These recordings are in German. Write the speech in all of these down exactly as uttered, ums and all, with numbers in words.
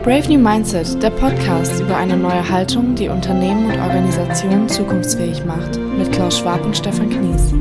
Brave New Mindset, der Podcast über eine neue Haltung, die Unternehmen und Organisationen zukunftsfähig macht, mit Klaus Schwab und Stefan Knies.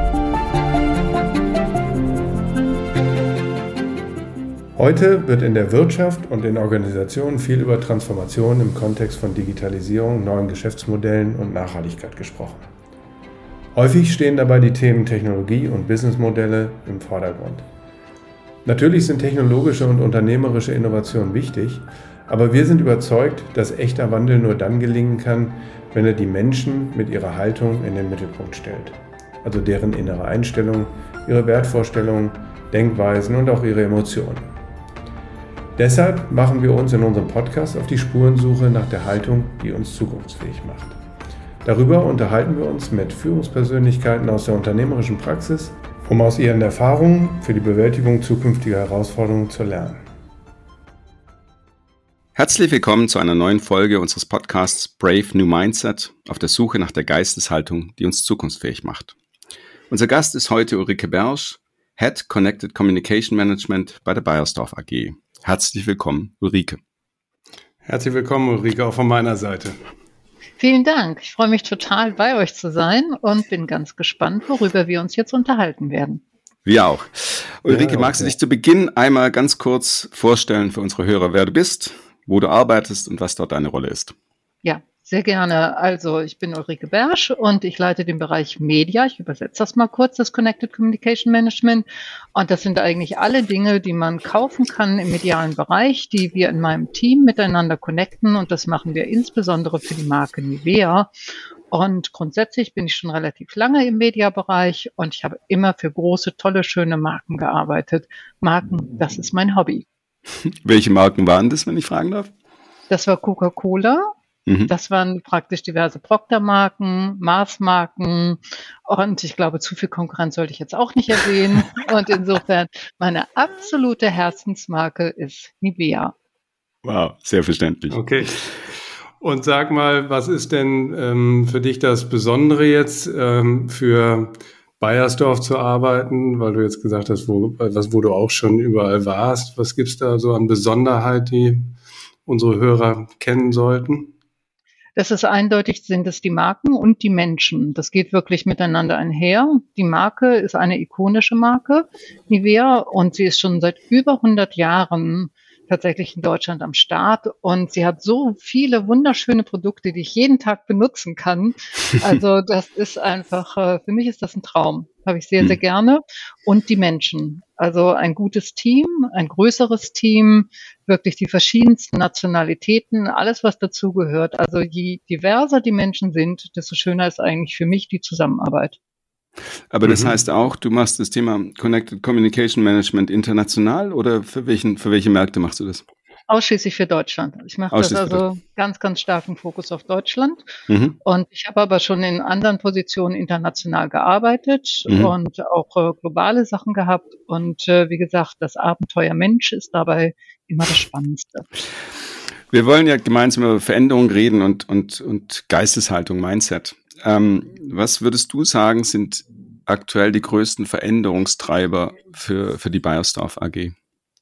Heute wird in der Wirtschaft und in Organisationen viel über Transformation im Kontext von Digitalisierung, neuen Geschäftsmodellen und Nachhaltigkeit gesprochen. Häufig stehen dabei die Themen Technologie und Businessmodelle im Vordergrund. Natürlich sind technologische und unternehmerische Innovationen wichtig, aber wir sind überzeugt, dass echter Wandel nur dann gelingen kann, wenn er die Menschen mit ihrer Haltung in den Mittelpunkt stellt. Also deren innere Einstellung, ihre Wertvorstellungen, Denkweisen und auch ihre Emotionen. Deshalb machen wir uns in unserem Podcast auf die Spurensuche nach der Haltung, die uns zukunftsfähig macht. Darüber unterhalten wir uns mit Führungspersönlichkeiten aus der unternehmerischen Praxis, um aus ihren Erfahrungen für die Bewältigung zukünftiger Herausforderungen zu lernen. Herzlich willkommen zu einer neuen Folge unseres Podcasts Brave New Mindset auf der Suche nach der Geisteshaltung, die uns zukunftsfähig macht. Unser Gast ist heute Ulrike Bersch, Head Connected Communication Management bei der Beiersdorf A G. Herzlich willkommen, Ulrike. Herzlich willkommen, Ulrike, auch von meiner Seite. Vielen Dank. Ich freue mich total, bei euch zu sein und bin ganz gespannt, worüber wir uns jetzt unterhalten werden. Wir auch. Ulrike, ja, magst du okay. dich zu Beginn einmal ganz kurz vorstellen für unsere Hörer, wer du bist, wo du arbeitest und was dort deine Rolle ist? Ja, sehr gerne. Also ich bin Ulrike Bersch und ich leite den Bereich Media. Ich übersetze das mal kurz, das Connected Communication Management. Und das sind eigentlich alle Dinge, die man kaufen kann im medialen Bereich, die wir in meinem Team miteinander connecten. Und das machen wir insbesondere für die Marke Nivea. Und grundsätzlich bin ich schon relativ lange im Mediabereich und ich habe immer für große, tolle, schöne Marken gearbeitet. Marken, das ist mein Hobby. Welche Marken waren das, wenn ich fragen darf? Das war Coca-Cola. Das waren praktisch diverse Procter-Marken, Mars-Marken und ich glaube, zu viel Konkurrenz sollte ich jetzt auch nicht erwähnen. Und insofern, meine absolute Herzensmarke ist Nivea. Wow, sehr verständlich. Okay. Und sag mal, was ist denn ähm, für dich das Besondere jetzt, ähm, für Beiersdorf zu arbeiten, weil du jetzt gesagt hast, wo, was, wo du auch schon überall warst. Was gibt's da so an Besonderheit, die unsere Hörer kennen sollten? Das ist eindeutig, sind es die Marken und die Menschen. Das geht wirklich miteinander einher. Die Marke ist eine ikonische Marke, Nivea, und sie ist schon seit über hundert Jahren tatsächlich in Deutschland am Start. Und sie hat so viele wunderschöne Produkte, die ich jeden Tag benutzen kann. Also das ist einfach, für mich ist das ein Traum. Habe ich sehr, sehr gerne. Und die Menschen. Also ein gutes Team, ein größeres Team, wirklich die verschiedensten Nationalitäten, alles, was dazugehört. Also je diverser die Menschen sind, desto schöner ist eigentlich für mich die Zusammenarbeit. Aber das mhm. heißt auch, du machst das Thema Connected Communication Management international oder für welchen, für welche Märkte machst du das? Ausschließlich für Deutschland. Ich mache das also ganz, ganz starken Fokus auf Deutschland. Mhm. Und ich habe aber schon in anderen Positionen international gearbeitet mhm. und auch äh, globale Sachen gehabt. Und äh, wie gesagt, das Abenteuer Mensch ist dabei immer das Spannendste. Wir wollen ja gemeinsam über Veränderung reden und, und, und Geisteshaltung, Mindset. Ähm, was würdest du sagen, sind aktuell die größten Veränderungstreiber für, für die Beiersdorf A G?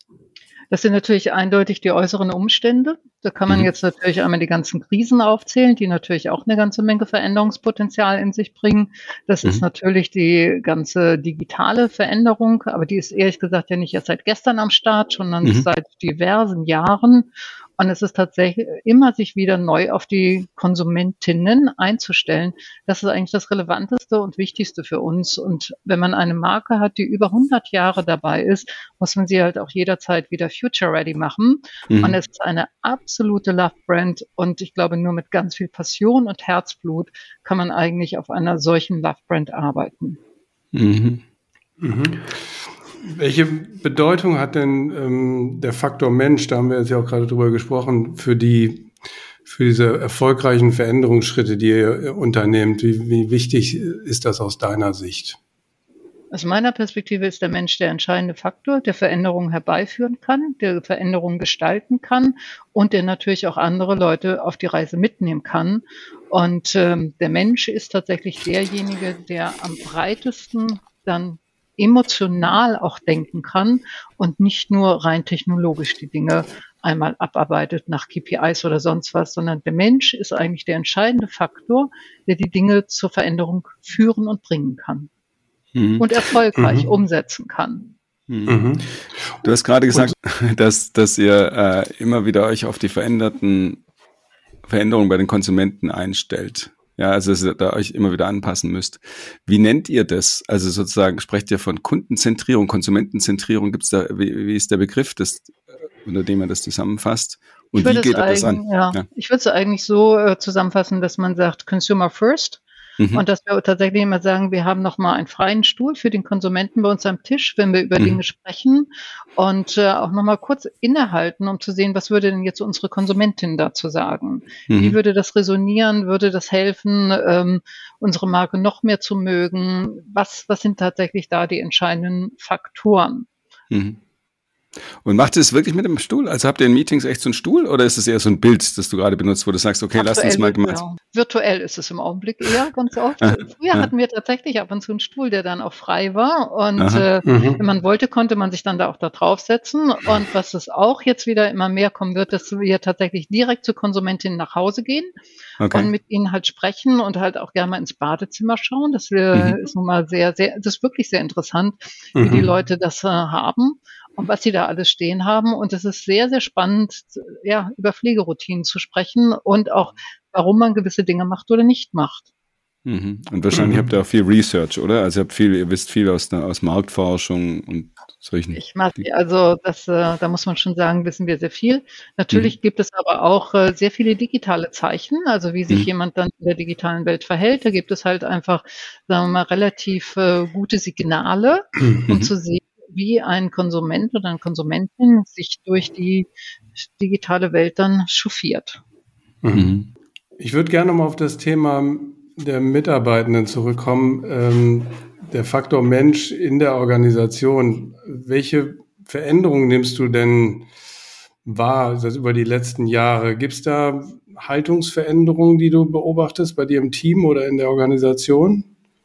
Das sind natürlich eindeutig die äußeren Umstände. Da kann man mhm. jetzt natürlich einmal die ganzen Krisen aufzählen, die natürlich auch eine ganze Menge Veränderungspotenzial in sich bringen. Das mhm. ist natürlich die ganze digitale Veränderung, aber die ist ehrlich gesagt ja nicht erst seit gestern am Start, sondern mhm. seit diversen Jahren. Und es ist tatsächlich immer, sich wieder neu auf die Konsumentinnen einzustellen. Das ist eigentlich das Relevanteste und Wichtigste für uns. Und wenn man eine Marke hat, die über hundert Jahre dabei ist, muss man sie halt auch jederzeit wieder future-ready machen. Mhm. Und es ist eine absolute Love-Brand. Und ich glaube, nur mit ganz viel Passion und Herzblut kann man eigentlich auf einer solchen Love-Brand arbeiten. Mhm. Mhm. Welche Bedeutung hat denn ähm, der Faktor Mensch, da haben wir jetzt ja auch gerade drüber gesprochen, für die für diese erfolgreichen Veränderungsschritte, die ihr unternehmt? Wie, wie wichtig ist das aus deiner Sicht? Aus meiner Perspektive ist der Mensch der entscheidende Faktor, der Veränderungen herbeiführen kann, der Veränderungen gestalten kann und der natürlich auch andere Leute auf die Reise mitnehmen kann. Und ähm, der Mensch ist tatsächlich derjenige, der am breitesten dann emotional auch denken kann und nicht nur rein technologisch die Dinge einmal abarbeitet nach K P Is oder sonst was, sondern der Mensch ist eigentlich der entscheidende Faktor, der die Dinge zur Veränderung führen und bringen kann mhm. und erfolgreich mhm. umsetzen kann. Mhm. Du hast gerade gesagt, dass, dass ihr äh, immer wieder euch auf die veränderten Veränderungen bei den Konsumenten einstellt. Ja, also dass ihr da euch immer wieder anpassen müsst. Wie nennt ihr das? Also sozusagen, sprecht ihr von Kundenzentrierung, Konsumentenzentrierung? Gibt's da, wie, wie ist der Begriff, das, unter dem man das zusammenfasst? Und wie geht das an? Ja, ja. Ich würde es eigentlich so äh, zusammenfassen, dass man sagt Consumer First. Mhm. Und dass wir tatsächlich immer sagen, wir haben nochmal einen freien Stuhl für den Konsumenten bei uns am Tisch, wenn wir über mhm. Dinge sprechen und äh, auch nochmal kurz innehalten, um zu sehen, was würde denn jetzt unsere Konsumentin dazu sagen? Mhm. Wie würde das resonieren? Würde das helfen, ähm, unsere Marke noch mehr zu mögen? Was, was sind tatsächlich da die entscheidenden Faktoren? Mhm. Und macht ihr es wirklich mit dem Stuhl? Also habt ihr in Meetings echt so einen Stuhl oder ist es eher so ein Bild, das du gerade benutzt, wo du sagst, okay, lass uns mal gemeinsam. Ja. Virtuell ist es im Augenblick eher ganz oft. Früher ja. hatten wir tatsächlich ab und zu einen Stuhl, der dann auch frei war und äh, mhm. wenn man wollte, konnte man sich dann da auch da draufsetzen und was es auch jetzt wieder immer mehr kommen wird, dass wir tatsächlich direkt zu Konsumentinnen nach Hause gehen okay. und mit ihnen halt sprechen und halt auch gerne mal ins Badezimmer schauen. Das wir, mhm. ist nun mal sehr, sehr, das ist wirklich sehr interessant, wie mhm. die Leute das äh, haben. Und was sie da alles stehen haben. Und es ist sehr, sehr spannend, ja, über Pflegeroutinen zu sprechen und auch, warum man gewisse Dinge macht oder nicht macht. Mhm. Und wahrscheinlich mhm. habt ihr auch viel Research, oder? Also ihr habt viel, ihr wisst viel aus, aus Marktforschung und solchen. Ich mag, also das, äh, da muss man schon sagen, wissen wir sehr viel. Natürlich mhm. gibt es aber auch äh, sehr viele digitale Zeichen, also wie sich mhm. jemand dann in der digitalen Welt verhält. Da gibt es halt einfach, sagen wir mal, relativ äh, gute Signale, um mhm. zu sehen, wie ein Konsument oder eine Konsumentin sich durch die digitale Welt dann chauffiert. Mhm. Ich würde gerne mal auf das Thema der Mitarbeitenden zurückkommen. Ähm, der Faktor Mensch in der Organisation. Welche Veränderungen nimmst du denn wahr also über die letzten Jahre? Gibt es da Haltungsveränderungen, die du beobachtest bei dir im Team oder in der Organisation?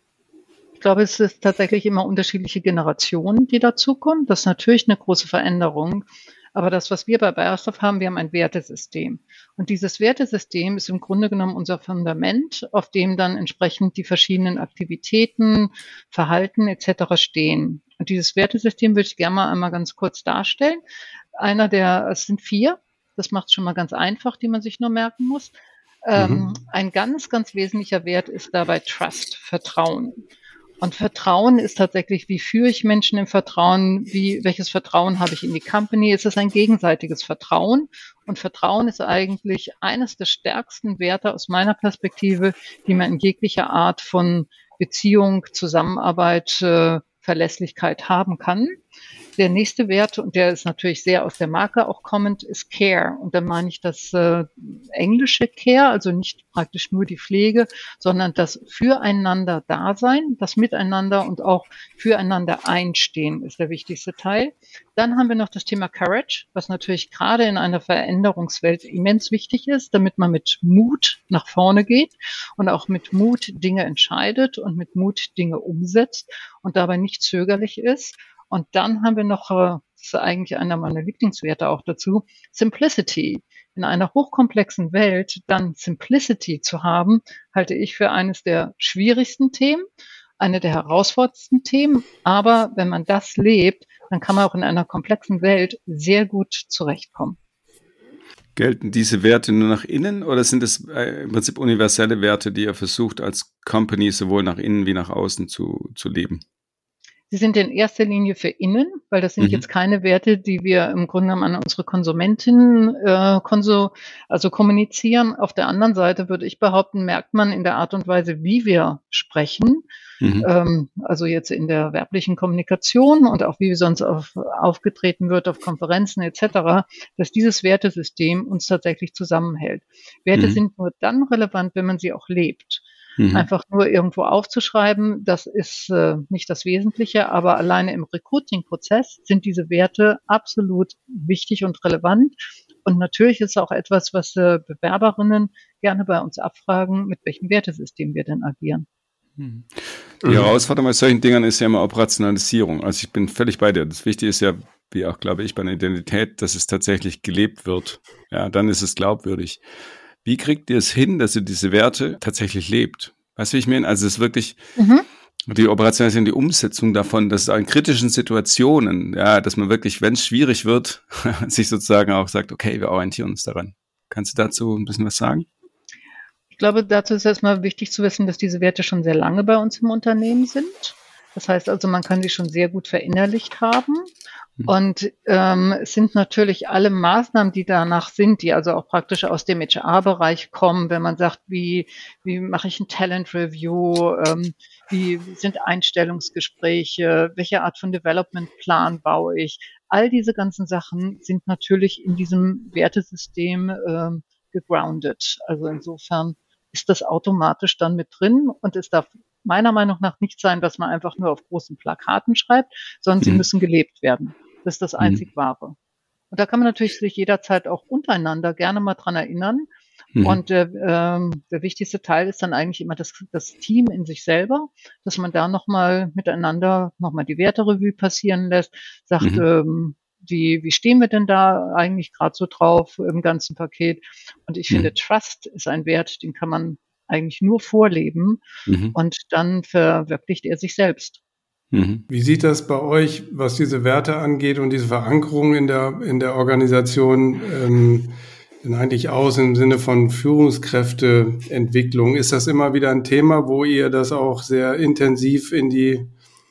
Ich glaube, es ist tatsächlich immer unterschiedliche Generationen, die dazukommen. Das ist natürlich eine große Veränderung. Aber das, was wir bei Beiersdorf haben, wir haben ein Wertesystem. Und dieses Wertesystem ist im Grunde genommen unser Fundament, auf dem dann entsprechend die verschiedenen Aktivitäten, Verhalten et cetera stehen. Und dieses Wertesystem würde ich gerne mal einmal ganz kurz darstellen. Einer der, es sind vier, das macht es schon mal ganz einfach, die man sich nur merken muss. Mhm. Ähm, ein ganz, ganz wesentlicher Wert ist dabei Trust, Vertrauen. Und Vertrauen ist tatsächlich, wie führe ich Menschen im Vertrauen, wie, welches Vertrauen habe ich in die Company? Es ist ein gegenseitiges Vertrauen. Und Vertrauen ist eigentlich eines der stärksten Werte aus meiner Perspektive, die man in jeglicher Art von Beziehung, Zusammenarbeit, äh, Verlässlichkeit haben kann. Der nächste Wert, und der ist natürlich sehr aus der Marke auch kommend, ist Care. Und da meine ich das äh, englische Care, also nicht praktisch nur die Pflege, sondern das Füreinander-Dasein, das Miteinander und auch Füreinander einstehen ist der wichtigste Teil. Dann haben wir noch das Thema Courage, was natürlich gerade in einer Veränderungswelt immens wichtig ist, damit man mit Mut nach vorne geht und auch mit Mut Dinge entscheidet und mit Mut Dinge umsetzt und dabei nicht zögerlich ist. Und dann haben wir noch, das ist eigentlich einer meiner Lieblingswerte auch dazu, Simplicity. In einer hochkomplexen Welt dann Simplicity zu haben, halte ich für eines der schwierigsten Themen, eine der herausforderndsten Themen. Aber wenn man das lebt, dann kann man auch in einer komplexen Welt sehr gut zurechtkommen. Gelten diese Werte nur nach innen oder sind es im Prinzip universelle Werte, die ihr versucht als Company sowohl nach innen wie nach außen zu, zu leben? Sie sind in erster Linie für innen, weil das sind mhm. jetzt keine Werte, die wir im Grunde genommen an unsere Konsumentinnen äh, konso, also kommunizieren. Auf der anderen Seite würde ich behaupten, merkt man in der Art und Weise, wie wir sprechen, mhm. ähm, also jetzt in der werblichen Kommunikation und auch wie sonst auf, aufgetreten wird auf Konferenzen et cetera, dass dieses Wertesystem uns tatsächlich zusammenhält. Werte mhm. sind nur dann relevant, wenn man sie auch lebt. Mhm. Einfach nur irgendwo aufzuschreiben, das ist äh, nicht das Wesentliche, aber alleine im Recruiting-Prozess sind diese Werte absolut wichtig und relevant. Und natürlich ist auch etwas, was äh, Bewerberinnen gerne bei uns abfragen, mit welchem Wertesystem wir denn agieren. Die Herausforderung bei solchen Dingern ist ja immer Operationalisierung. Also ich bin völlig bei dir. Das Wichtige ist ja, wie auch, glaube ich, bei einer Identität, dass es tatsächlich gelebt wird. Ja, dann ist es glaubwürdig. Wie kriegt ihr es hin, dass ihr diese Werte tatsächlich lebt? Weißt du, wie ich meine? Also es ist wirklich mhm. die Operationalisierung, die Umsetzung davon, dass in kritischen Situationen, ja, dass man wirklich, wenn es schwierig wird, sich sozusagen auch sagt, okay, wir orientieren uns daran. Kannst du dazu ein bisschen was sagen? Ich glaube, dazu ist erstmal wichtig zu wissen, dass diese Werte schon sehr lange bei uns im Unternehmen sind. Das heißt also, man kann sie schon sehr gut verinnerlicht haben. Und ähm, es sind natürlich alle Maßnahmen, die danach sind, die also auch praktisch aus dem H R-Bereich kommen, wenn man sagt, wie wie mache ich ein Talent-Review, ähm, wie sind Einstellungsgespräche, welche Art von Development-Plan baue ich. All diese ganzen Sachen sind natürlich in diesem Wertesystem ähm, gegroundet. Also insofern ist das automatisch dann mit drin und es darf meiner Meinung nach nicht sein, dass man einfach nur auf großen Plakaten schreibt, sondern mhm. sie müssen gelebt werden. Das ist das einzig mhm. Wahre. Und da kann man natürlich sich jederzeit auch untereinander gerne mal dran erinnern. Mhm. Und äh, ähm, der wichtigste Teil ist dann eigentlich immer das, das Team in sich selber, dass man da nochmal miteinander nochmal die Werterevue passieren lässt, sagt, mhm. ähm, wie, wie stehen wir denn da eigentlich gerade so drauf im ganzen Paket? Und ich mhm. finde, Trust ist ein Wert, den kann man eigentlich nur vorleben mhm. und dann verwirklicht er sich selbst. Mhm. Wie sieht das bei euch, was diese Werte angeht und diese Verankerung in der, in der Organisation ähm, denn eigentlich aus im Sinne von Führungskräfteentwicklung? Ist das immer wieder ein Thema, wo ihr das auch sehr intensiv in die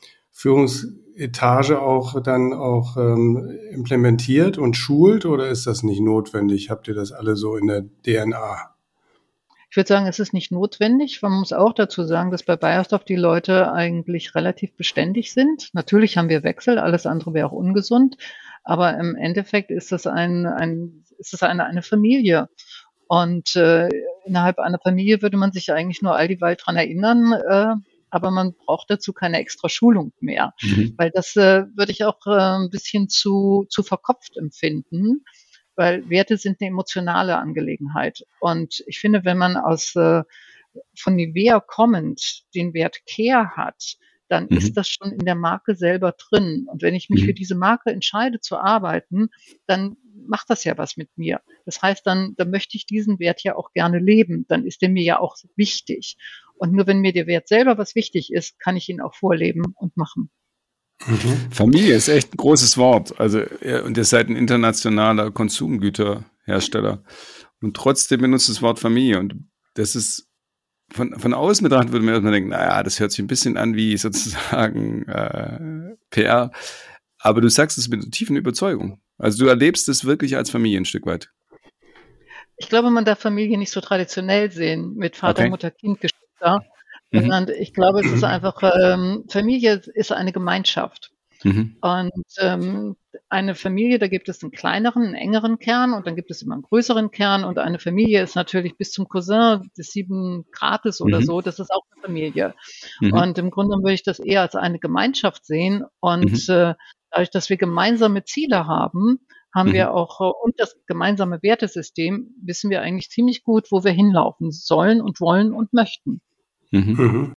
Führungsetage auch dann auch ähm, implementiert und schult oder ist das nicht notwendig? Habt ihr das alle so in der D N A? Ich würde sagen, es ist nicht notwendig. Man muss auch dazu sagen, dass bei Beiersdorf die Leute eigentlich relativ beständig sind. Natürlich haben wir Wechsel, alles andere wäre auch ungesund. Aber im Endeffekt ist das ein, ein, ist das eine, eine Familie. Und äh, innerhalb einer Familie würde man sich eigentlich nur all die Weile dran erinnern, äh, aber man braucht dazu keine extra Schulung mehr. Mhm. Weil das äh, würde ich auch äh, ein bisschen zu, zu verkopft empfinden. Weil Werte sind eine emotionale Angelegenheit. Und ich finde, wenn man aus äh, von Nivea kommend den Wert Care hat, dann mhm. ist das schon in der Marke selber drin. Und wenn ich mich mhm. für diese Marke entscheide zu arbeiten, dann macht das ja was mit mir. Das heißt, dann, dann möchte ich diesen Wert ja auch gerne leben. Dann ist der mir ja auch wichtig. Und nur wenn mir der Wert selber was wichtig ist, kann ich ihn auch vorleben und machen. Mhm. Familie ist echt ein großes Wort. Also, und ihr seid ein internationaler Konsumgüterhersteller. Und trotzdem benutzt das Wort Familie. Und das ist, von, von außen betrachtet würde man erstmal denken, naja, das hört sich ein bisschen an wie sozusagen äh, P R. Aber du sagst es mit einer tiefen Überzeugung. Also du erlebst es wirklich als Familie ein Stück weit. Ich glaube, man darf Familie nicht so traditionell sehen, mit Vater, okay. Mutter, Kind, Geschwister. Sondern ich glaube, es ist einfach, ähm, Familie ist eine Gemeinschaft. Mhm. Und ähm, eine Familie, da gibt es einen kleineren, einen engeren Kern und dann gibt es immer einen größeren Kern und eine Familie ist natürlich bis zum Cousin des sieben Grades oder mhm. so, das ist auch eine Familie. Mhm. Und im Grunde würde ich das eher als eine Gemeinschaft sehen und mhm. äh, dadurch, dass wir gemeinsame Ziele haben, haben mhm. wir auch äh, und das gemeinsame Wertesystem, wissen wir eigentlich ziemlich gut, wo wir hinlaufen sollen und wollen und möchten. Mhm. Mhm.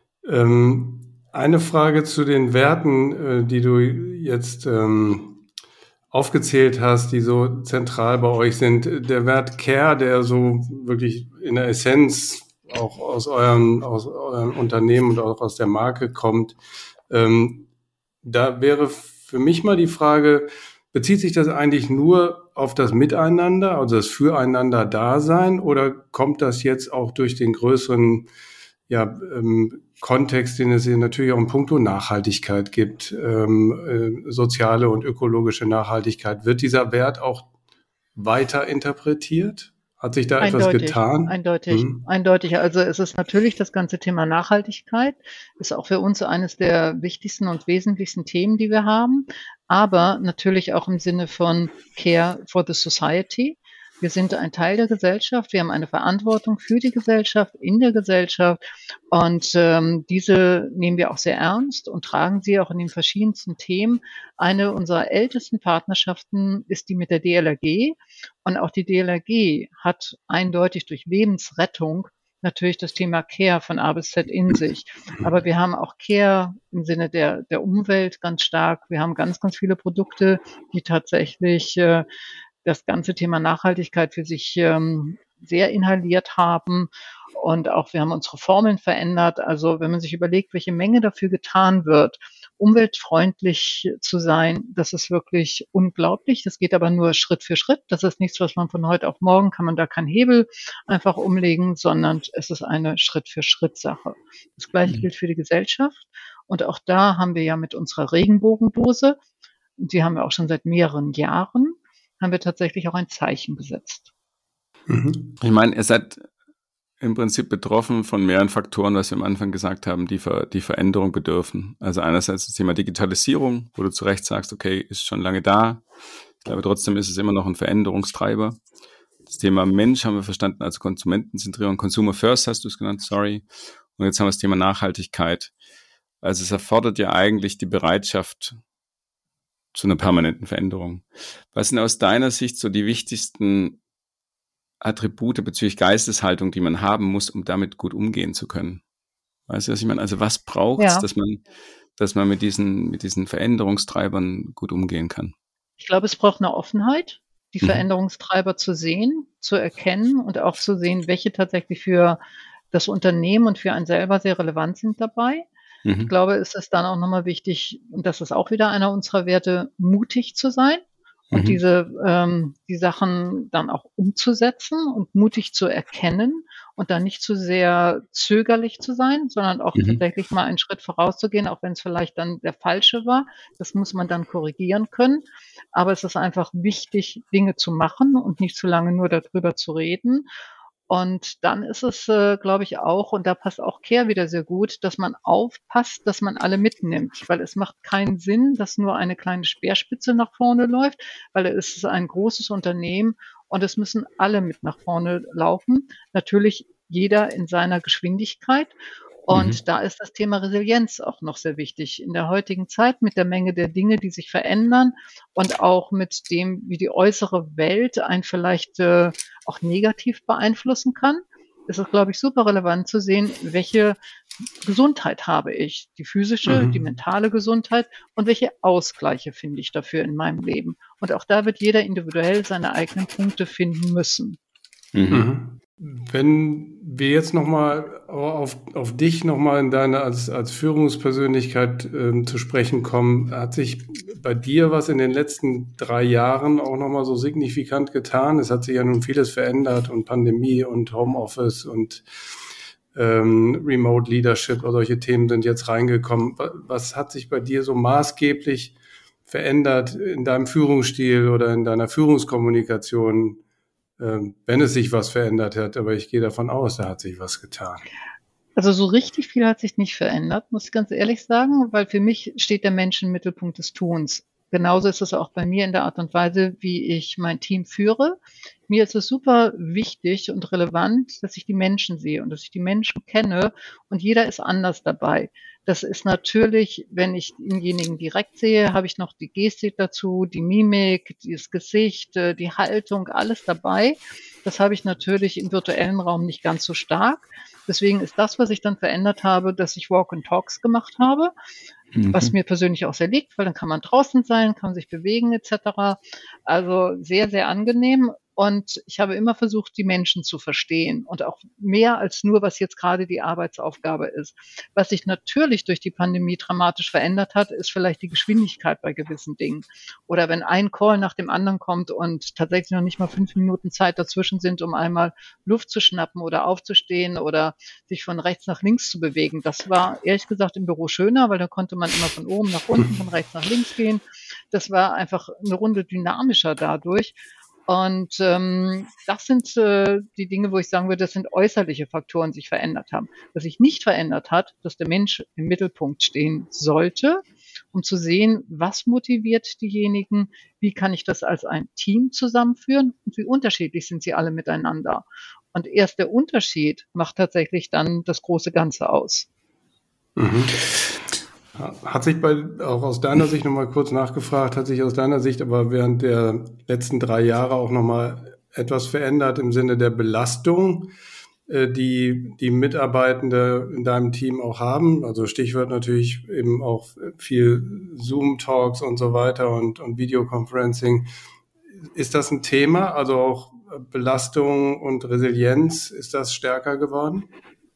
Ähm, eine Frage zu den Werten, äh, die du jetzt ähm, aufgezählt hast, die so zentral bei euch sind. Der Wert Care, der so wirklich in der Essenz auch aus eurem, aus eurem Unternehmen und auch aus der Marke kommt. Ähm, da wäre für mich mal die Frage, bezieht sich das eigentlich nur auf das Miteinander, also das Füreinander-Dasein, oder kommt das jetzt auch durch den größeren ja, ähm, Kontext, den es hier natürlich auch in puncto Nachhaltigkeit gibt, ähm, äh, soziale und ökologische Nachhaltigkeit. Wird dieser Wert auch weiter interpretiert? Hat sich da eindeutig, etwas getan? Eindeutig, hm. eindeutig. Also es ist natürlich das ganze Thema Nachhaltigkeit, ist auch für uns eines der wichtigsten und wesentlichsten Themen, die wir haben, aber natürlich auch im Sinne von Care for the Society. Wir sind ein Teil der Gesellschaft, wir haben eine Verantwortung für die Gesellschaft, in der Gesellschaft und ähm, diese nehmen wir auch sehr ernst und tragen sie auch in den verschiedensten Themen. Eine unserer ältesten Partnerschaften ist die mit der D L R G und auch die D L R G hat eindeutig durch Lebensrettung natürlich das Thema Care von A bis Z in sich. Aber wir haben auch Care im Sinne der, der Umwelt ganz stark. Wir haben ganz, ganz viele Produkte, die tatsächlich äh, das ganze Thema Nachhaltigkeit für sich ähm, sehr inhaliert haben. Und auch wir haben unsere Formeln verändert. Also wenn man sich überlegt, welche Menge dafür getan wird, umweltfreundlich zu sein, das ist wirklich unglaublich. Das geht aber nur Schritt für Schritt. Das ist nichts, was man von heute auf morgen, kann man da keinen Hebel einfach umlegen, sondern es ist eine Schritt-für-Schritt-Sache. Das Gleiche gilt für die Gesellschaft. Und auch da haben wir ja mit unserer Regenbogendose, und die haben wir auch schon seit mehreren Jahren, haben wir tatsächlich auch ein Zeichen gesetzt. Mhm. Ich meine, ihr seid im Prinzip betroffen von mehreren Faktoren, was wir am Anfang gesagt haben, die, Ver, die Veränderung bedürfen. Also einerseits das Thema Digitalisierung, wo du zu Recht sagst, okay, ist schon lange da. Ich glaube, trotzdem ist es immer noch ein Veränderungstreiber. Das Thema Mensch haben wir verstanden, also Konsumentenzentrierung, Consumer First hast du es genannt, sorry. Und jetzt haben wir das Thema Nachhaltigkeit. Also es erfordert ja eigentlich die Bereitschaft zu einer permanenten Veränderung. Was sind aus deiner Sicht so die wichtigsten Attribute bezüglich Geisteshaltung, die man haben muss, um damit gut umgehen zu können? Weißt du, was ich meine? Also was braucht es, ja. dass man, dass man mit diesen, mit diesen Veränderungstreibern gut umgehen kann? Ich glaube, es braucht eine Offenheit, die mhm. Veränderungstreiber zu sehen, zu erkennen und auch zu sehen, welche tatsächlich für das Unternehmen und für einen selber sehr relevant sind dabei. Mhm. Ich glaube, es ist dann auch nochmal wichtig, und das ist auch wieder einer unserer Werte, mutig zu sein. Und mhm. diese ähm, die Sachen dann auch umzusetzen und mutig zu erkennen und dann nicht zu sehr zögerlich zu sein, sondern auch mhm. tatsächlich mal einen Schritt vorauszugehen, auch wenn es vielleicht dann der falsche war. Das muss man dann korrigieren können. Aber es ist einfach wichtig, Dinge zu machen und nicht zu lange nur darüber zu reden. Und dann ist es, äh, glaube ich, auch, und da passt auch Care wieder sehr gut, dass man aufpasst, dass man alle mitnimmt, weil es macht keinen Sinn, dass nur eine kleine Speerspitze nach vorne läuft, weil es ist ein großes Unternehmen und es müssen alle mit nach vorne laufen. Natürlich jeder in seiner Geschwindigkeit. Und mhm. da ist das Thema Resilienz auch noch sehr wichtig. In der heutigen Zeit mit der Menge der Dinge, die sich verändern und auch mit dem, wie die äußere Welt einen vielleicht äh, auch negativ beeinflussen kann, ist es, glaube ich, super relevant zu sehen, welche Gesundheit habe ich, die physische, mhm. die mentale Gesundheit und welche Ausgleiche finde ich dafür in meinem Leben. Und auch da wird jeder individuell seine eigenen Punkte finden müssen. Mhm. Wenn wir jetzt nochmal auf, auf dich nochmal in deine als, als Führungspersönlichkeit ähm, zu sprechen kommen, hat sich bei dir was in den letzten drei Jahren auch nochmal so signifikant getan? Es hat sich ja nun vieles verändert und Pandemie und Homeoffice und ähm, Remote Leadership oder solche Themen sind jetzt reingekommen. Was hat sich bei dir so maßgeblich verändert in deinem Führungsstil oder in deiner Führungskommunikation, wenn es sich was verändert hat, aber ich gehe davon aus, da hat sich was getan. Also so richtig viel hat sich nicht verändert, muss ich ganz ehrlich sagen, weil für mich steht der Mensch im Mittelpunkt des Tuns. Genauso ist es auch bei mir in der Art und Weise, wie ich mein Team führe. Mir ist es super wichtig und relevant, dass ich die Menschen sehe und dass ich die Menschen kenne und jeder ist anders dabei. Das ist natürlich, wenn ich denjenigen direkt sehe, habe ich noch die Gestik dazu, die Mimik, das Gesicht, die Haltung, alles dabei. Das habe ich natürlich im virtuellen Raum nicht ganz so stark. Deswegen ist das, was ich dann verändert habe, dass ich Walk and Talks gemacht habe, mhm. was mir persönlich auch sehr liegt, weil dann kann man draußen sein, kann sich bewegen et cetera. Also sehr, sehr angenehm. Und ich habe immer versucht, die Menschen zu verstehen und auch mehr als nur, was jetzt gerade die Arbeitsaufgabe ist. Was sich natürlich durch die Pandemie dramatisch verändert hat, ist vielleicht die Geschwindigkeit bei gewissen Dingen. Oder wenn ein Call nach dem anderen kommt und tatsächlich noch nicht mal fünf Minuten Zeit dazwischen sind, um einmal Luft zu schnappen oder aufzustehen oder sich von rechts nach links zu bewegen. Das war ehrlich gesagt im Büro schöner, weil da konnte man immer von oben nach unten, von rechts nach links gehen. Das war einfach eine Runde dynamischer dadurch. Und ähm, das sind äh, die Dinge, wo ich sagen würde, das sind äußerliche Faktoren, die sich verändert haben. Was sich nicht verändert hat, dass der Mensch im Mittelpunkt stehen sollte, um zu sehen, was motiviert diejenigen, wie kann ich das als ein Team zusammenführen und wie unterschiedlich sind sie alle miteinander. Und erst der Unterschied macht tatsächlich dann das große Ganze aus. Mhm. Hat sich bei, auch aus deiner Sicht nochmal kurz nachgefragt, hat sich aus deiner Sicht aber während der letzten drei Jahre auch nochmal etwas verändert im Sinne der Belastung die die Mitarbeitende in deinem Team auch haben? Also Stichwort natürlich eben auch viel Zoom-Talks und so weiter und, und Videoconferencing. Ist das ein Thema? Also auch Belastung und Resilienz, ist das stärker geworden?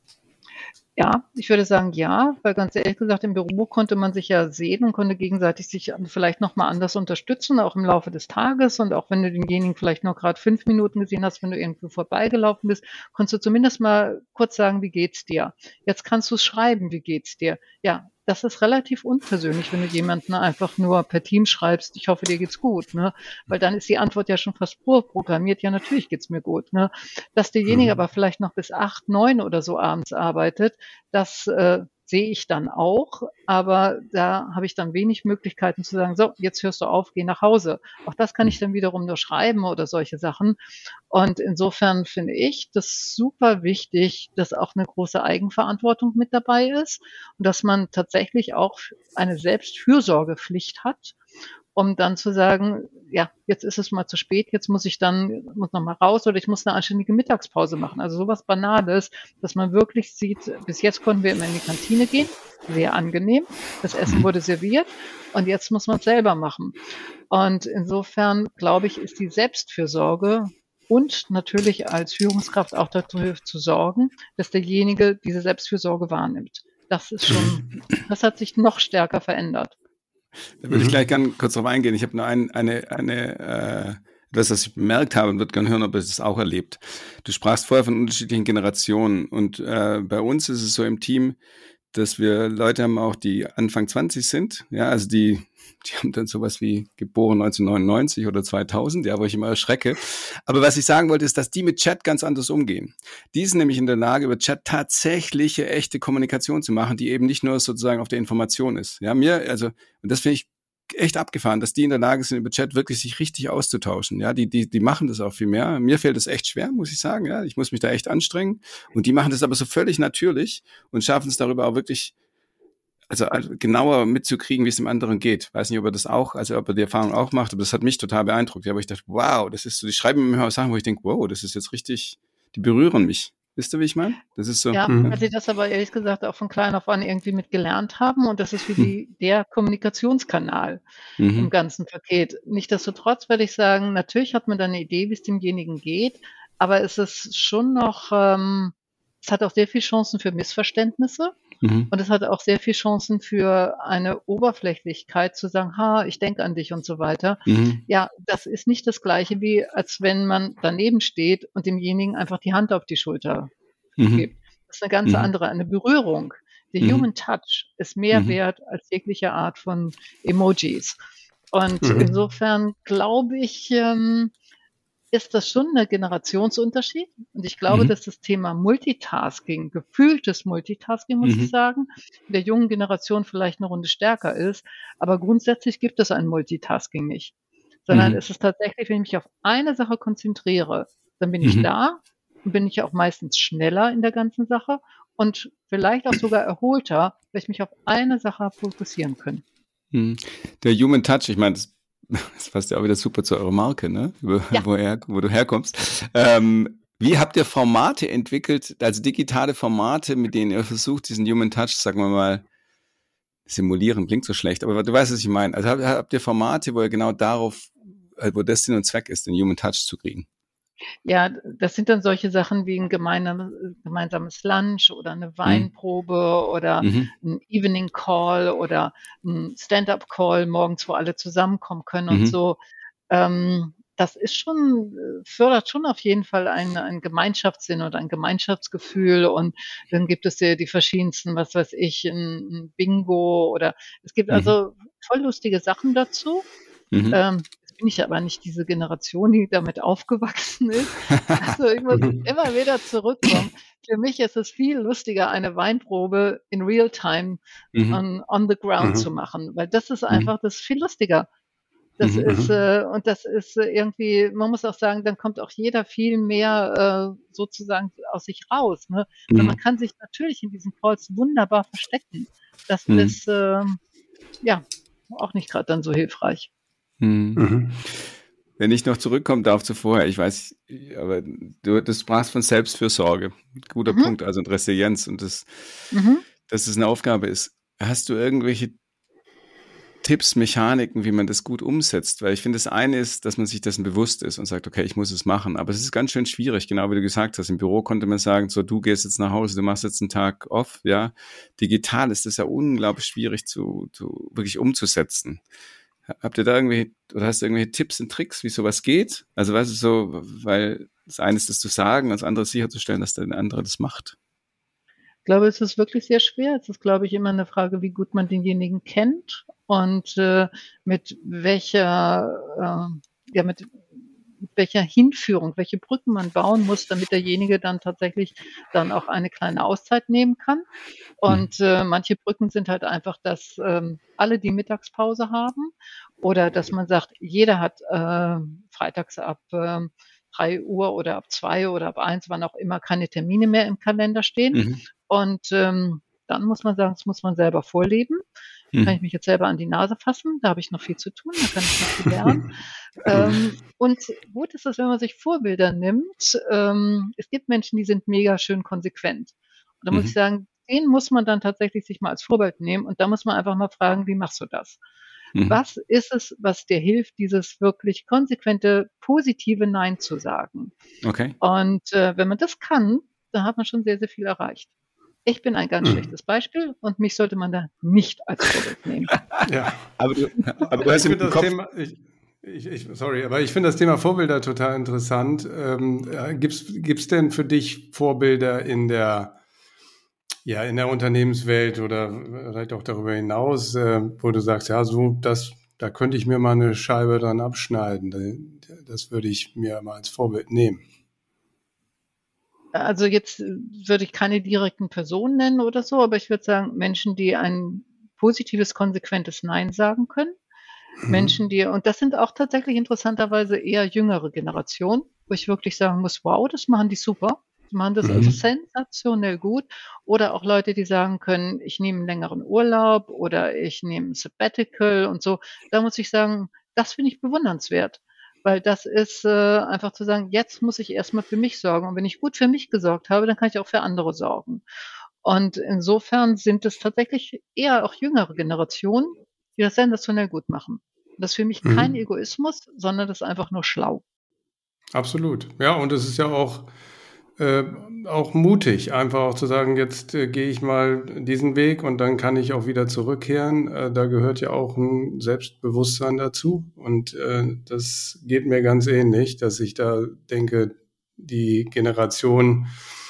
Ja, ich würde sagen, ja, weil ganz ehrlich gesagt, im Büro konnte man sich ja sehen und konnte gegenseitig sich vielleicht nochmal anders unterstützen, auch im Laufe des Tages. Und auch wenn du denjenigen vielleicht nur gerade fünf Minuten gesehen hast, wenn du irgendwo vorbeigelaufen bist, konntest du zumindest mal kurz sagen, wie geht's dir? Jetzt kannst du es schreiben, wie geht's dir? Ja, das ist relativ unpersönlich, wenn du jemanden einfach nur per Team schreibst, ich hoffe, dir geht's gut, ne? Weil dann ist die Antwort ja schon fast vorprogrammiert, ja, natürlich geht's mir gut, ne? Dass derjenige aber vielleicht noch bis acht, neun oder so abends arbeitet, das äh, sehe ich dann auch, aber da habe ich dann wenig Möglichkeiten zu sagen, so, jetzt hörst du auf, geh nach Hause. Auch das kann ich dann wiederum nur schreiben oder solche Sachen. Und insofern finde ich das super wichtig, dass auch eine große Eigenverantwortung mit dabei ist und dass man tatsächlich auch eine Selbstfürsorgepflicht hat, um dann zu sagen, ja, jetzt ist es mal zu spät, jetzt muss ich dann, muss noch mal raus oder ich muss eine anständige Mittagspause machen. Also sowas Banales, dass man wirklich sieht, bis jetzt konnten wir immer in die Kantine gehen, sehr angenehm, das Essen wurde serviert und jetzt muss man es selber machen. Und insofern, glaube ich, ist die Selbstfürsorge und natürlich als Führungskraft auch dafür zu sorgen, dass derjenige diese Selbstfürsorge wahrnimmt. Das ist schon, das hat sich noch stärker verändert. Da würde ich gleich gerne kurz drauf eingehen. Ich habe nur ein, eine, eine, äh, etwas, was ich bemerkt habe und würde gerne hören, ob ihr das auch erlebt. Du sprachst vorher von unterschiedlichen Generationen und äh, bei uns ist es so im Team, dass wir Leute haben auch, die Anfang zwanzig sind, ja, also die, die haben dann sowas wie geboren neunzehnhundertneunundneunzig oder zweitausend, ja, wo ich immer erschrecke. Aber was ich sagen wollte, ist, dass die mit Chat ganz anders umgehen. Die sind nämlich in der Lage, über Chat tatsächliche, echte Kommunikation zu machen, die eben nicht nur sozusagen auf der Information ist. Ja, mir, also, und das finde ich echt abgefahren, dass die in der Lage sind, über Chat wirklich sich richtig auszutauschen. Ja, die, die, die machen das auch viel mehr. Mir fällt es echt schwer, muss ich sagen. Ja, ich muss mich da echt anstrengen. Und die machen das aber so völlig natürlich und schaffen es darüber auch wirklich, also genauer mitzukriegen, wie es dem anderen geht. Weiß nicht, ob er das auch, also ob er die Erfahrung auch macht, aber das hat mich total beeindruckt. Ja, aber ich dachte, wow, das ist so, die schreiben mir Sachen, wo ich denke, wow, das ist jetzt richtig, die berühren mich. Wisst ihr, wie ich meine? Das ist so. Ja, mhm. Weil sie das aber ehrlich gesagt auch von klein auf an irgendwie mit gelernt haben und das ist für die der Kommunikationskanal mhm. im ganzen Paket. Nichtsdestotrotz werde ich sagen, natürlich hat man da eine Idee, wie es demjenigen geht, aber es ist schon noch, ähm, es hat auch sehr viele Chancen für Missverständnisse. Mhm. Und es hat auch sehr viele Chancen für eine Oberflächlichkeit zu sagen, ha, ich denke an dich und so weiter. Mhm. Ja, das ist nicht das Gleiche, wie als wenn man daneben steht und demjenigen einfach die Hand auf die Schulter mhm. gibt. Das ist eine ganz mhm. andere, eine Berührung. Der mhm. Human Touch ist mehr mhm. wert als jegliche Art von Emojis. Und mhm. insofern glaube ich, ähm, ist das schon ein Generationsunterschied. Und ich glaube, mhm. dass das Thema Multitasking, gefühltes Multitasking, muss mhm. ich sagen, in der jungen Generation vielleicht eine Runde stärker ist. Aber grundsätzlich gibt es ein Multitasking nicht. Sondern mhm. es ist tatsächlich, wenn ich mich auf eine Sache konzentriere, dann bin mhm. ich da und bin ich auch meistens schneller in der ganzen Sache und vielleicht auch sogar erholter, weil ich mich auf eine Sache fokussieren kann. Mhm. Der Human Touch, ich meine, das Das passt ja auch wieder super zu eurer Marke, ne? Wo, ja. woher, wo du herkommst. Ähm, wie habt ihr Formate entwickelt, also digitale Formate, mit denen ihr versucht, diesen Human Touch, sagen wir mal, simulieren, klingt so schlecht, aber du weißt, was ich meine. Also habt, habt ihr Formate, wo ihr genau darauf, wo das Sinn und Zweck ist, den Human Touch zu kriegen? Ja, das sind dann solche Sachen wie ein gemeinsames, gemeinsames Lunch oder eine Weinprobe mhm. oder mhm. ein Evening Call oder ein Stand-up Call morgens, wo alle zusammenkommen können mhm. und so. Ähm, das ist schon, fördert schon auf jeden Fall einen, einen Gemeinschaftssinn oder ein Gemeinschaftsgefühl und dann gibt es ja die verschiedensten, was weiß ich, ein, ein Bingo oder es gibt mhm. also voll lustige Sachen dazu. Mhm. Ähm, bin ich aber nicht diese Generation, die damit aufgewachsen ist. Also ich muss immer wieder zurückkommen. Für mich ist es viel lustiger, eine Weinprobe in Real-Time mhm. on, on the ground mhm. zu machen, weil das ist einfach, das ist viel lustiger. Das mhm. ist, äh, und das ist äh, irgendwie, man muss auch sagen, dann kommt auch jeder viel mehr äh, sozusagen aus sich raus. Ne? Mhm. Man kann sich natürlich in diesen Calls wunderbar verstecken. Das mhm. ist, äh, ja, auch nicht gerade dann so hilfreich. Mhm. Wenn ich noch zurückkommen darf zu vorher, ich weiß, aber du, du sprachst von Selbstfürsorge. Guter Mhm. Punkt, also und Resilienz und das, Mhm. dass es eine Aufgabe ist. Hast du irgendwelche Tipps, Mechaniken, wie man das gut umsetzt? Weil ich finde, das eine ist, dass man sich dessen bewusst ist und sagt, okay, ich muss es machen. Aber es ist ganz schön schwierig, genau wie du gesagt hast. Im Büro konnte man sagen, so, du gehst jetzt nach Hause, du machst jetzt einen Tag off, ja. Digital ist das ja unglaublich schwierig zu, zu wirklich umzusetzen. Habt ihr da irgendwie, oder hast du irgendwelche Tipps und Tricks, wie sowas geht? Also, weißt du, so, weil das eine ist, das zu sagen, das andere ist sicherzustellen, dass der andere das macht. Ich glaube, es ist wirklich sehr schwer. Es ist, glaube ich, immer eine Frage, wie gut man denjenigen kennt und äh, mit welcher, äh, ja, mit, mit welcher Hinführung, welche Brücken man bauen muss, damit derjenige dann tatsächlich dann auch eine kleine Auszeit nehmen kann. Und äh, manche Brücken sind halt einfach, dass ähm, alle die Mittagspause haben oder dass man sagt, jeder hat äh, freitags ab äh, drei Uhr oder ab zwei oder ab eins, wann auch immer, keine Termine mehr im Kalender stehen. Mhm. Und ähm, dann muss man sagen, das muss man selber vorleben. Da kann ich mich jetzt selber an die Nase fassen. Da habe ich noch viel zu tun, da kann ich noch viel lernen. ähm, und gut ist es, wenn man sich Vorbilder nimmt. Ähm, es gibt Menschen, die sind mega schön konsequent. Und da muss Mhm. ich sagen, den muss man dann tatsächlich sich mal als Vorbild nehmen. Und da muss man einfach mal fragen, wie machst du das? Mhm. Was ist es, was dir hilft, dieses wirklich konsequente, positive Nein zu sagen? Okay. Und äh, wenn man das kann, dann hat man schon sehr, sehr viel erreicht. Ich bin ein ganz Mhm. schlechtes Beispiel und mich sollte man da nicht als Vorbild nehmen. Ja. Aber du, aber du Ich hast im finde das Kopf. Thema, ich, ich, ich, sorry, aber ich finde das Thema Vorbilder total interessant. Ähm, gibt's, gibt's denn für dich Vorbilder in der, ja, in der Unternehmenswelt oder vielleicht auch darüber hinaus, äh, wo du sagst, ja, so, das, da könnte ich mir mal eine Scheibe dran abschneiden. Das würde ich mir mal als Vorbild nehmen. Also jetzt äh, würde ich keine direkten Personen nennen oder so, aber ich würde sagen, Menschen, die ein positives, konsequentes Nein sagen können. Menschen, die, und das sind auch tatsächlich interessanterweise eher jüngere Generationen, wo ich wirklich sagen muss, wow, das machen die super. Die machen das also Mhm. sensationell gut. Oder auch Leute, die sagen können, ich nehme einen längeren Urlaub oder ich nehme ein Sabbatical und so. Da muss ich sagen, das finde ich bewundernswert. Weil das ist äh, einfach zu sagen, jetzt muss ich erstmal für mich sorgen. Und wenn ich gut für mich gesorgt habe, dann kann ich auch für andere sorgen. Und insofern sind es tatsächlich eher auch jüngere Generationen, die das sensationell gut machen. Das ist für mich kein Mhm. Egoismus, sondern das ist einfach nur schlau. Absolut. Ja, und es ist ja auch, äh, auch mutig, einfach auch zu sagen, jetzt äh, gehe ich mal diesen Weg und dann kann ich auch wieder zurückkehren. Äh, da gehört ja auch ein Selbstbewusstsein dazu. Und äh, das geht mir ganz ähnlich, dass ich da denke, die Generation,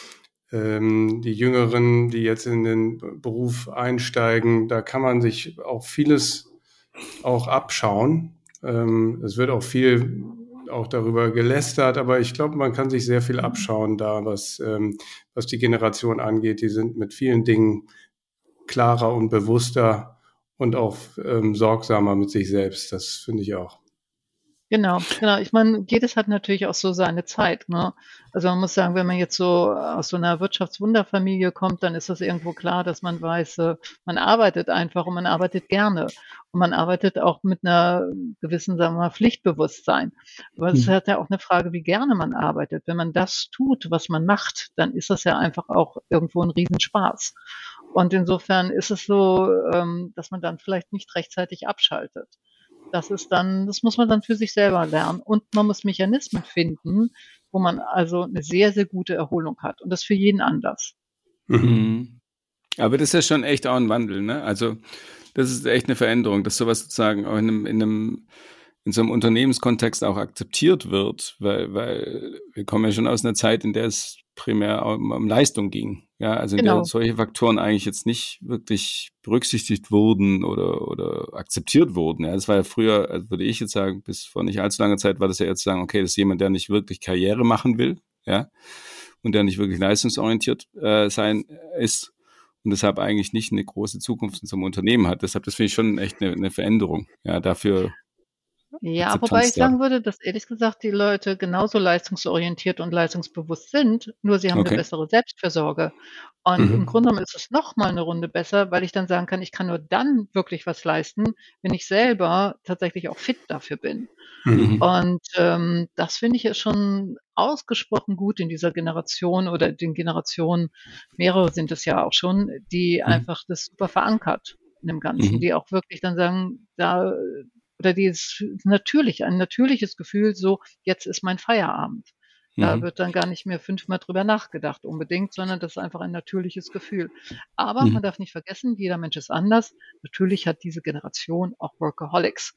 ähm, die Jüngeren, die jetzt in den Beruf einsteigen, da kann man sich auch vieles auch abschauen. Ähm, es wird auch viel auch darüber gelästert, aber ich glaube, man kann sich sehr viel abschauen da, was, ähm, was die Generation angeht. Die sind mit vielen Dingen klarer und bewusster und auch ähm, sorgsamer mit sich selbst. Das finde ich auch. Genau, genau. Ich meine, jedes hat natürlich auch so seine Zeit, ne? Also man muss sagen, wenn man jetzt so aus so einer Wirtschaftswunderfamilie kommt, dann ist das irgendwo klar, dass man weiß, äh, man arbeitet einfach und man arbeitet gerne. Und man arbeitet auch mit einer gewissen, sagen wir mal, Pflichtbewusstsein. Aber es ist halt ja auch eine Frage, wie gerne man arbeitet. Wenn man das tut, was man macht, dann ist das ja einfach auch irgendwo ein Riesenspaß. Und insofern ist es so, ähm, dass man dann vielleicht nicht rechtzeitig abschaltet. Das ist dann, das muss man dann für sich selber lernen. Und man muss Mechanismen finden, wo man also eine sehr, sehr gute Erholung hat. Und das für jeden anders. Mhm. Aber das ist ja schon echt auch ein Wandel, ne? Also das ist echt eine Veränderung, dass sowas sozusagen auch in einem, in einem, in so einem Unternehmenskontext auch akzeptiert wird, weil, weil wir kommen ja schon aus einer Zeit, in der es primär um, um Leistung ging. Ja, also in Genau. der solche Faktoren eigentlich jetzt nicht wirklich berücksichtigt wurden oder, oder akzeptiert wurden. Ja, das war ja früher, also würde ich jetzt sagen, bis vor nicht allzu langer Zeit war das ja jetzt sagen, okay, das ist jemand, der nicht wirklich Karriere machen will, ja, und der nicht wirklich leistungsorientiert äh, sein ist und deshalb eigentlich nicht eine große Zukunft in so einem Unternehmen hat. Deshalb, das finde ich schon echt eine, eine Veränderung. Ja, dafür Ja, wobei ich sagen würde, dass ehrlich gesagt die Leute genauso leistungsorientiert und leistungsbewusst sind, nur sie haben okay. eine bessere Selbstfürsorge. Und mhm. im Grunde genommen ist es noch mal eine Runde besser, weil ich dann sagen kann, ich kann nur dann wirklich was leisten, wenn ich selber tatsächlich auch fit dafür bin. Mhm. Und ähm, das finde ich ja schon ausgesprochen gut in dieser Generation oder den Generationen, mehrere sind es ja auch schon, die mhm. einfach das super verankert in dem Ganzen, mhm. die auch wirklich dann sagen, da oder dieses natürlich, ein natürliches Gefühl, so jetzt ist mein Feierabend. Da mhm. wird dann gar nicht mehr fünfmal drüber nachgedacht unbedingt, sondern das ist einfach ein natürliches Gefühl. Aber mhm. man darf nicht vergessen, jeder Mensch ist anders. Natürlich hat diese Generation auch Workaholics.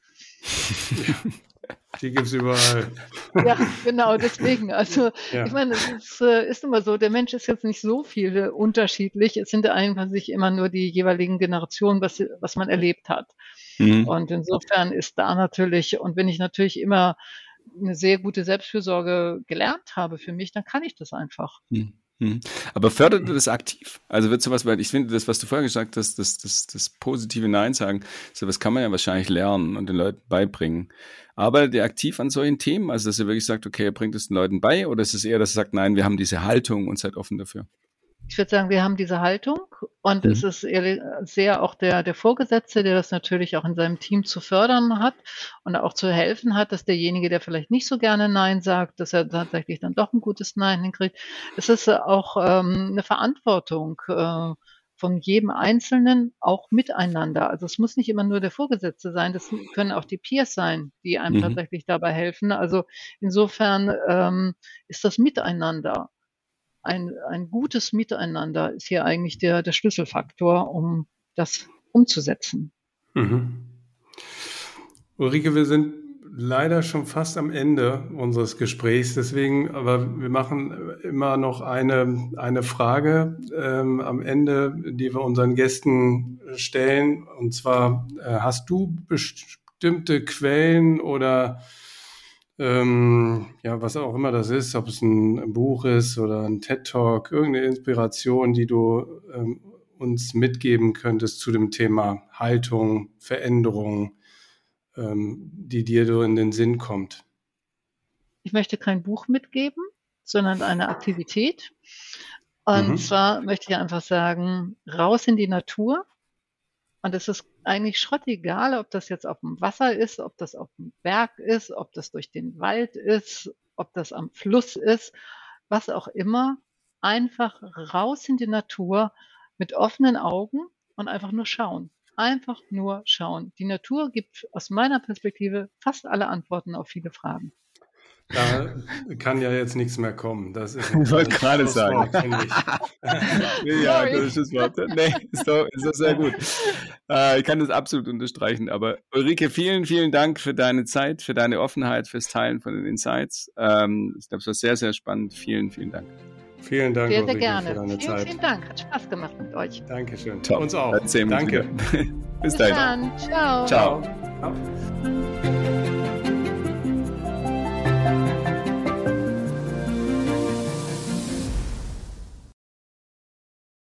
Die gibt's überall. Ja, genau, deswegen. Also ja. ich meine, es ist, ist immer so, der Mensch ist jetzt nicht so viel unterschiedlich. Es sind einfach sich immer nur die jeweiligen Generationen, was, was man erlebt hat. Mhm. Und insofern ist da natürlich, und wenn ich natürlich immer eine sehr gute Selbstfürsorge gelernt habe für mich, dann kann ich das einfach. Mhm. Aber fördert du das aktiv? Also wird sowas, weil ich finde, das, was du vorher gesagt hast, das, das, das positive Nein sagen, sowas kann man ja wahrscheinlich lernen und den Leuten beibringen. Arbeitet ihr aktiv an solchen Themen? Also, dass ihr wirklich sagt, okay, ihr bringt es den Leuten bei, oder ist es eher, dass ihr sagt, nein, wir haben diese Haltung und seid offen dafür? Ich würde sagen, wir haben diese Haltung und mhm. es ist sehr auch der, der Vorgesetzte, der das natürlich auch in seinem Team zu fördern hat und auch zu helfen hat, dass derjenige, der vielleicht nicht so gerne Nein sagt, dass er tatsächlich dann doch ein gutes Nein hinkriegt. Es ist auch ähm, eine Verantwortung äh, von jedem Einzelnen auch miteinander. Also es muss nicht immer nur der Vorgesetzte sein, das können auch die Peers sein, die einem mhm. tatsächlich dabei helfen. Also insofern ähm, ist das Miteinander. Ein, ein gutes Miteinander ist hier eigentlich der, der Schlüsselfaktor, um das umzusetzen. Mhm. Ulrike, wir sind leider schon fast am Ende unseres Gesprächs, deswegen, aber wir machen immer noch eine, eine Frage ähm, am Ende, die wir unseren Gästen stellen. Und zwar, äh, hast du bestimmte Quellen oder Ähm, ja, was auch immer das ist, ob es ein Buch ist oder ein TED-Talk, irgendeine Inspiration, die du ähm, uns mitgeben könntest zu dem Thema Haltung, Veränderung, ähm, die dir so in den Sinn kommt? Ich möchte kein Buch mitgeben, sondern eine Aktivität. Und mhm. zwar möchte ich einfach sagen, raus in die Natur. Und es ist eigentlich schrottegal, ob das jetzt auf dem Wasser ist, ob das auf dem Berg ist, ob das durch den Wald ist, ob das am Fluss ist, was auch immer. Einfach raus in die Natur mit offenen Augen und einfach nur schauen. Einfach nur schauen. Die Natur gibt aus meiner Perspektive fast alle Antworten auf viele Fragen. Da kann ja jetzt nichts mehr kommen. Das ist ich wollte gerade sagen. nee, ja, das ist das Wort. Nee, ist doch, ist doch sehr gut. Äh, ich kann das absolut unterstreichen. Aber Ulrike, vielen, vielen Dank für deine Zeit, für deine Offenheit, fürs Teilen von den Insights. Ähm, ich glaube, es war sehr, sehr spannend. Vielen, vielen Dank. Vielen Dank, sehr, sehr Ulrike, gerne. für deine vielen, Zeit. Vielen Dank. Hat Spaß gemacht mit euch. Dankeschön. Top. Uns auch. Danke. Bis, Bis dahin. dann. Ciao. Ciao. Ciao.